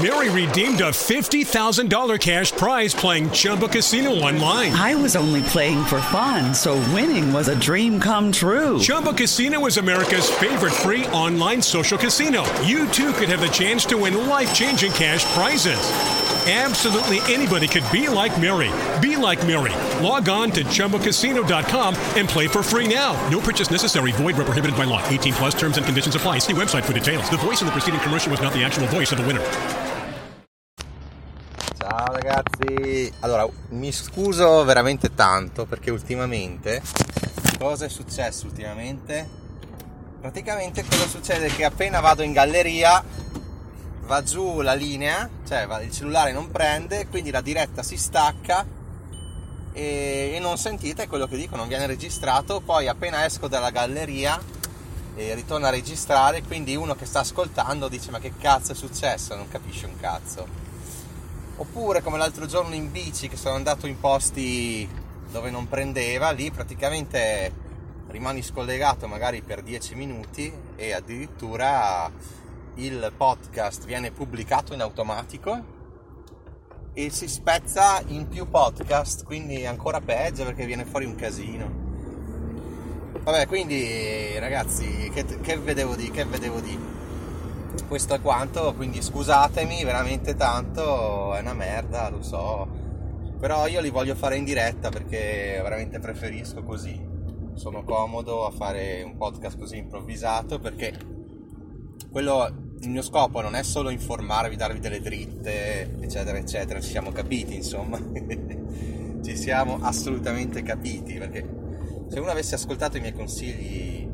Mary redeemed a $50,000 cash prize playing Chumba Casino online. I was only playing for fun, so winning was a dream come true. Chumba Casino is America's favorite free online social casino. You too could have the chance to win life-changing cash prizes. Absolutely anybody could be like Mary. Be like Mary. Log on to ChumbaCasino.com and play for free now. No purchase necessary. Void where prohibited by law. 18 plus terms and conditions apply. See website for details. The voice of the preceding commercial was not the actual voice of the winner. Ciao ragazzi. Allora, mi scuso veramente tanto perché ultimamente... Cosa è successo ultimamente? Praticamente cosa succede? Che appena vado in galleria... va giù la linea, cioè il cellulare non prende, quindi la diretta si stacca e non sentite quello che dico, non viene registrato. Poi appena esco dalla galleria ritorna a registrare, quindi uno che sta ascoltando dice: ma che cazzo è successo? Non capisce un cazzo. Oppure come l'altro giorno in bici, che sono andato in posti dove non prendeva, lì praticamente rimani scollegato magari per 10 minuti e addirittura il podcast viene pubblicato in automatico e si spezza in più podcast, quindi è ancora peggio perché viene fuori un casino. Vabbè, quindi ragazzi, che vedevo di? Questo è quanto, quindi scusatemi veramente tanto, è una merda, lo so, però io li voglio fare in diretta perché veramente preferisco così, sono comodo a fare un podcast così improvvisato, perché il mio scopo non è solo informarvi, darvi delle dritte, eccetera, eccetera, ci siamo capiti, insomma, ci siamo assolutamente capiti, perché se uno avesse ascoltato i miei consigli,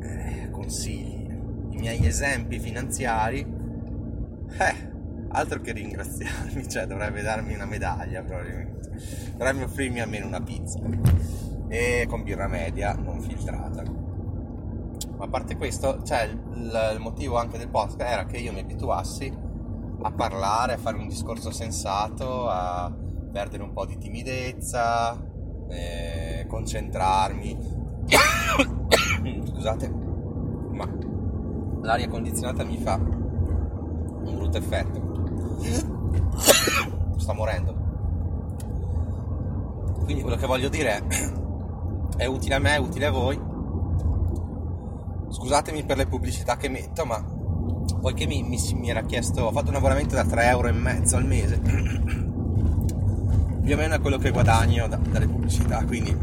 i miei esempi finanziari, altro che ringraziarmi, cioè dovrebbe darmi una medaglia probabilmente, dovrebbe offrirmi almeno una pizza, e con birra media, non filtrata. Ma a parte questo, cioè il motivo anche del podcast era che io mi abituassi a parlare, a fare un discorso sensato, a perdere un po' di timidezza, concentrarmi. Scusate, ma l'aria condizionata mi fa un brutto effetto. Sto morendo. Quindi quello che voglio dire è utile a me, è utile a voi. Scusatemi per le pubblicità che metto, ma poiché mi era chiesto, ho fatto un abbonamento da 3,5 € al mese, più o meno è quello che guadagno dalle pubblicità, quindi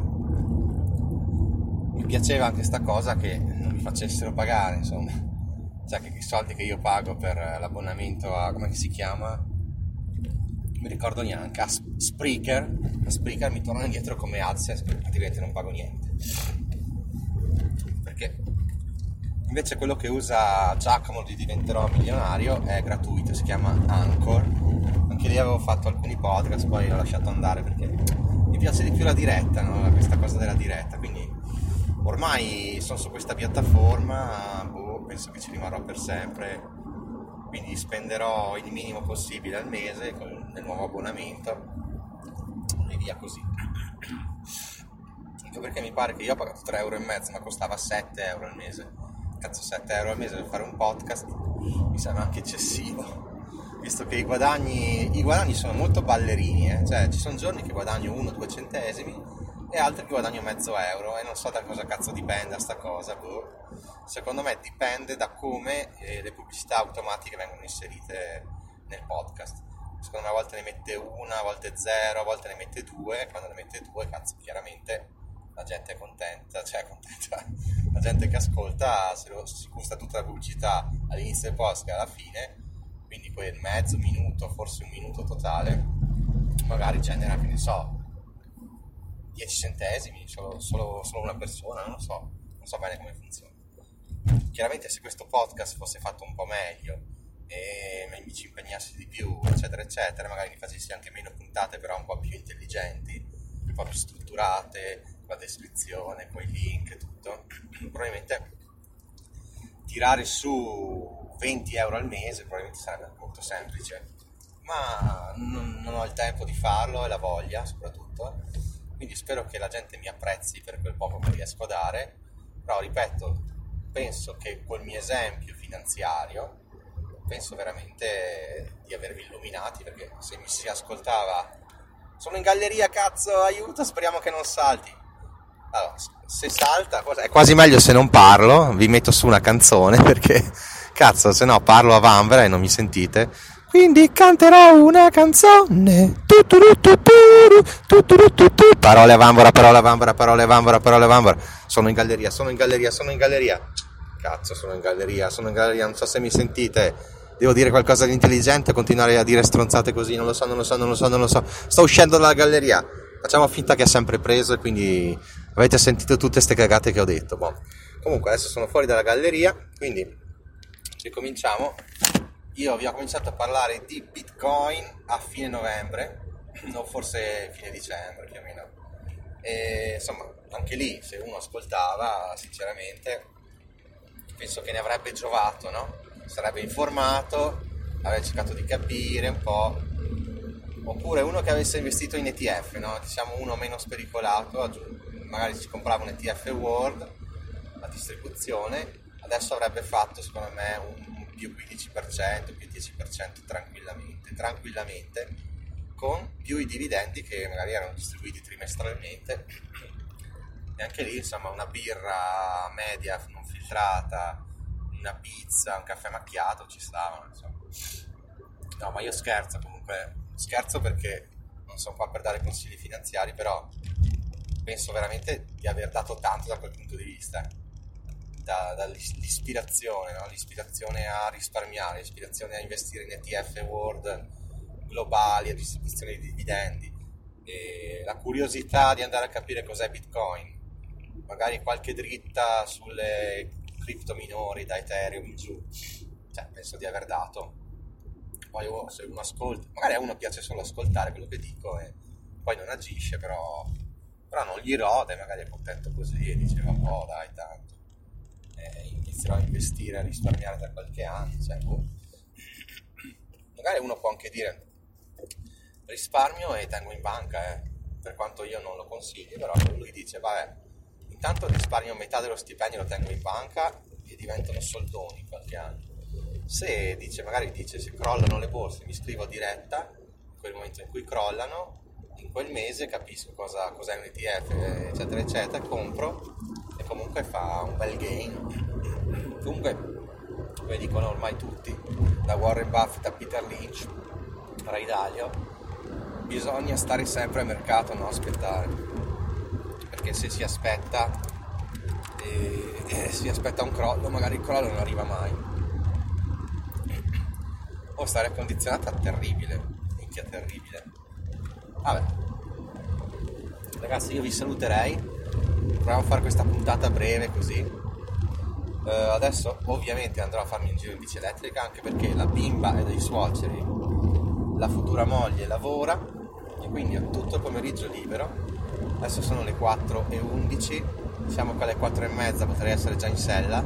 mi piaceva anche sta cosa che non mi facessero pagare, insomma, cioè che i soldi che io pago per l'abbonamento a, come si chiama? Non mi ricordo neanche, a Spreaker mi tornano indietro come AdSense, praticamente non pago niente, perché invece quello che usa Giacomo di Diventerò Milionario è gratuito, si chiama Anchor. Anche lì avevo fatto alcuni podcast, poi ho lasciato andare perché mi piace di più la diretta, no? Questa cosa della diretta, quindi ormai sono su questa piattaforma, penso che ci rimarrò per sempre, quindi spenderò il minimo possibile al mese con il nuovo abbonamento e via così. Anche perché mi pare che io ho pagato 3,5 €, ma costava 7 € al mese. Cazzo, 7 € al mese per fare un podcast mi sembra anche eccessivo, visto che i guadagni sono molto ballerini, cioè ci sono giorni che guadagno 1-2 centesimi e altri che guadagno mezzo euro, e non so da cosa cazzo dipenda sta cosa, secondo me dipende da come le pubblicità automatiche vengono inserite nel podcast. Secondo me a volte ne mette una, a volte 0, a volte ne mette 2, quando ne mette 2 cazzo chiaramente la gente è contenta, la gente che ascolta si gusta tutta la pubblicità all'inizio del podcast e alla fine, quindi quel mezzo minuto, forse un minuto totale, magari genera, che ne so, 10 centesimi, solo una persona, non so bene come funziona. Chiaramente se questo podcast fosse fatto un po' meglio e mi ci impegnassi di più, eccetera, eccetera, magari mi facessi anche meno puntate, però un po' più intelligenti, un po' più strutturate, la descrizione, con i link e tutto, probabilmente tirare su 20 € al mese probabilmente sarebbe molto semplice, ma non ho il tempo di farlo e la voglia soprattutto, quindi spero che la gente mi apprezzi per quel poco che riesco a dare. Però ripeto, penso che col mio esempio finanziario penso veramente di avervi impegnati, perché se mi si ascoltava sono in galleria, cazzo, aiuto, speriamo che non salti. Allora, se salta è quasi meglio se non parlo, vi metto su una canzone, perché cazzo, se no parlo a vanvera e non mi sentite. Quindi canterò una canzone. Parole a vanvera, parole a vanvera, parole a vanvera, parole a vanvera. Sono in galleria. Cazzo, sono in galleria, non so se mi sentite. Devo dire qualcosa di intelligente, continuare a dire stronzate così, non lo so. Sto uscendo dalla galleria. Facciamo finta che è sempre preso e quindi avete sentito tutte ste cagate che ho detto. Boh. Comunque adesso sono fuori dalla galleria, quindi ricominciamo. Io vi ho cominciato a parlare di Bitcoin a fine novembre, o forse fine dicembre più o meno. E insomma, anche lì, se uno ascoltava, sinceramente, penso che ne avrebbe giovato, no? Sarebbe informato, avrebbe cercato di capire un po'. Oppure uno che avesse investito in ETF, no? Diciamo uno meno spericolato, magari si comprava un ETF World, la distribuzione, adesso avrebbe fatto secondo me un più 15%, più 10% tranquillamente, con più i dividendi che magari erano distribuiti trimestralmente. E anche lì insomma una birra media non filtrata, una pizza, un caffè macchiato ci stavano, insomma. No, ma io scherzo perché non sono qua per dare consigli finanziari, però penso veramente di aver dato tanto da quel punto di vista, dall'ispirazione, no? L'ispirazione a risparmiare, l'ispirazione a investire in ETF World globali, a distribuzione di dividendi, e la curiosità di andare a capire cos'è Bitcoin, magari qualche dritta sulle cripto minori da Ethereum in giù, cioè penso di aver dato. Poi se uno ascolta, magari a uno piace solo ascoltare quello che dico e poi non agisce, però non gli rode, magari è contento così e dice vabbè dai tanto, inizierò a investire, a risparmiare tra qualche anno, cioè, magari uno può anche dire risparmio e tengo in banca, per quanto io non lo consigli, però lui dice vabbè, intanto risparmio metà dello stipendio, lo tengo in banca e diventano soldoni in qualche anno. Se magari dice se crollano le borse mi iscrivo a diretta, in quel momento in cui crollano, in quel mese capisco cos'è un ETF, eccetera eccetera, compro e comunque fa un bel gain. Comunque come dicono ormai tutti, da Warren Buffett a Peter Lynch, Ray Dalio, bisogna stare sempre al mercato, non aspettare, perché se si aspetta un crollo, magari il crollo non arriva mai. O stare condizionata terribile, minchia terribile. Vabbè, ragazzi, io vi saluterei, proviamo a fare questa puntata breve così. Adesso ovviamente andrò a farmi un giro in bici elettrica, anche perché la bimba è dei suoceri, la futura moglie lavora e quindi ho tutto il pomeriggio libero. Adesso sono le 4:11, diciamo che alle 4:30 potrei essere già in sella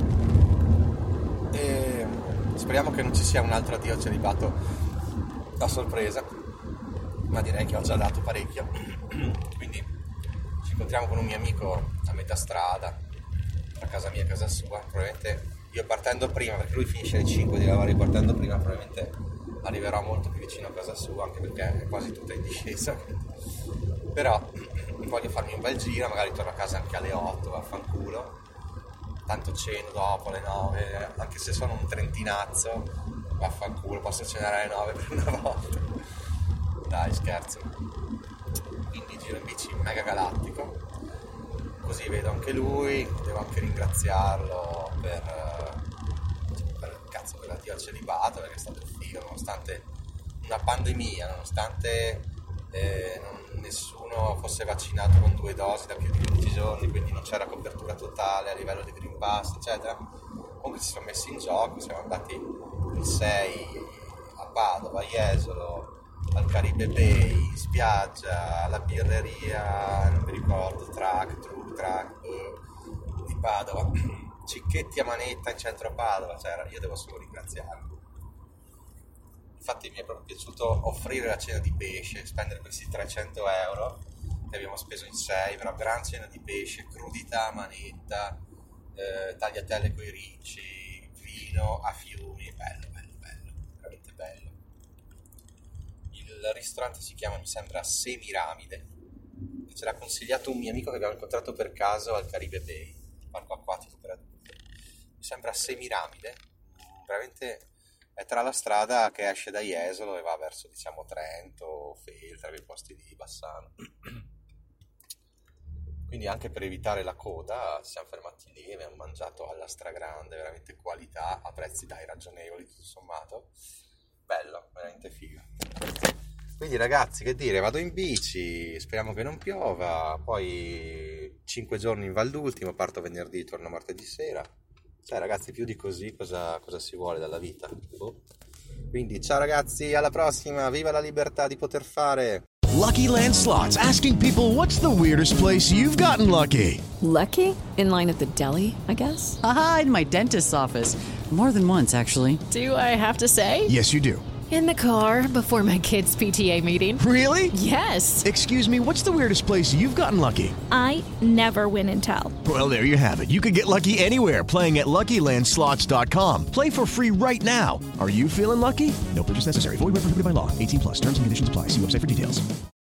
e speriamo che non ci sia un altro addio celibato a sorpresa, ma direi che ho già dato parecchio. Quindi ci incontriamo con un mio amico a metà strada, tra casa mia e casa sua. Probabilmente io partendo prima, perché lui finisce alle 5 di lavorare, partendo prima probabilmente arriverò molto più vicino a casa sua, anche perché è quasi tutta in discesa. Però voglio farmi un bel giro, magari torno a casa anche alle 8, vaffanculo, tanto ceno dopo alle 9, anche se sono un trentinazzo, vaffanculo, posso cenare alle 9 per una volta. Dai, scherzo. Quindi giro in bici mega galattico, così vedo anche lui, devo anche ringraziarlo per l'addio al celibato, perché è stato figo, nonostante una pandemia, nonostante nessuno fosse vaccinato con 2 dosi da più di 15 giorni, quindi non c'era copertura totale a livello di Green Pass, eccetera. Comunque ci siamo messi in gioco, siamo andati il 6 a Padova, a Jesolo, al Caribe Bay, in spiaggia, alla birreria, non mi ricordo, Track di Padova, Cicchetti a manetta in centro a Padova, cioè io devo solo ringraziarlo. Infatti mi è proprio piaciuto offrire la cena di pesce, spendere questi 300 euro che abbiamo speso in 6, però gran cena di pesce, crudità a manetta, tagliatelle coi ricci, vino a fiumi, bello, veramente bello. Il ristorante si chiama, mi sembra, Semiramide. Ce l'ha consigliato un mio amico che abbiamo incontrato per caso al Caribe Bay, parco acquatico per adulti. Mi sembra Semiramide, veramente è tra la strada che esce da Jesolo e va verso, diciamo, Trento, Feltre, quei posti di Bassano. Quindi anche per evitare la coda ci siamo fermati lì, abbiamo mangiato alla stragrande, veramente qualità, a prezzi dai ragionevoli tutto sommato. Bello, veramente figo. Quindi ragazzi, che dire, vado in bici, speriamo che non piova, poi 5 giorni in Val d'Ultimo, parto venerdì, torno martedì sera. Cioè ragazzi, più di così cosa si vuole dalla vita? Quindi ciao ragazzi, alla prossima, viva la libertà di poter fare! Lucky Land Slots, asking people, what's the weirdest place you've gotten lucky? Lucky? In line at the deli, I guess? Aha, in my dentist's office. More than once, actually. Do I have to say? Yes, you do. In the car, before my kids' PTA meeting. Really? Yes. Excuse me, what's the weirdest place you've gotten lucky? I never win and tell. Well, there you have it. You can get lucky anywhere, playing at LuckyLandSlots.com. Play for free right now. Are you feeling lucky? No purchase necessary. Void where prohibited by law. 18+. Terms and conditions apply. See website for details.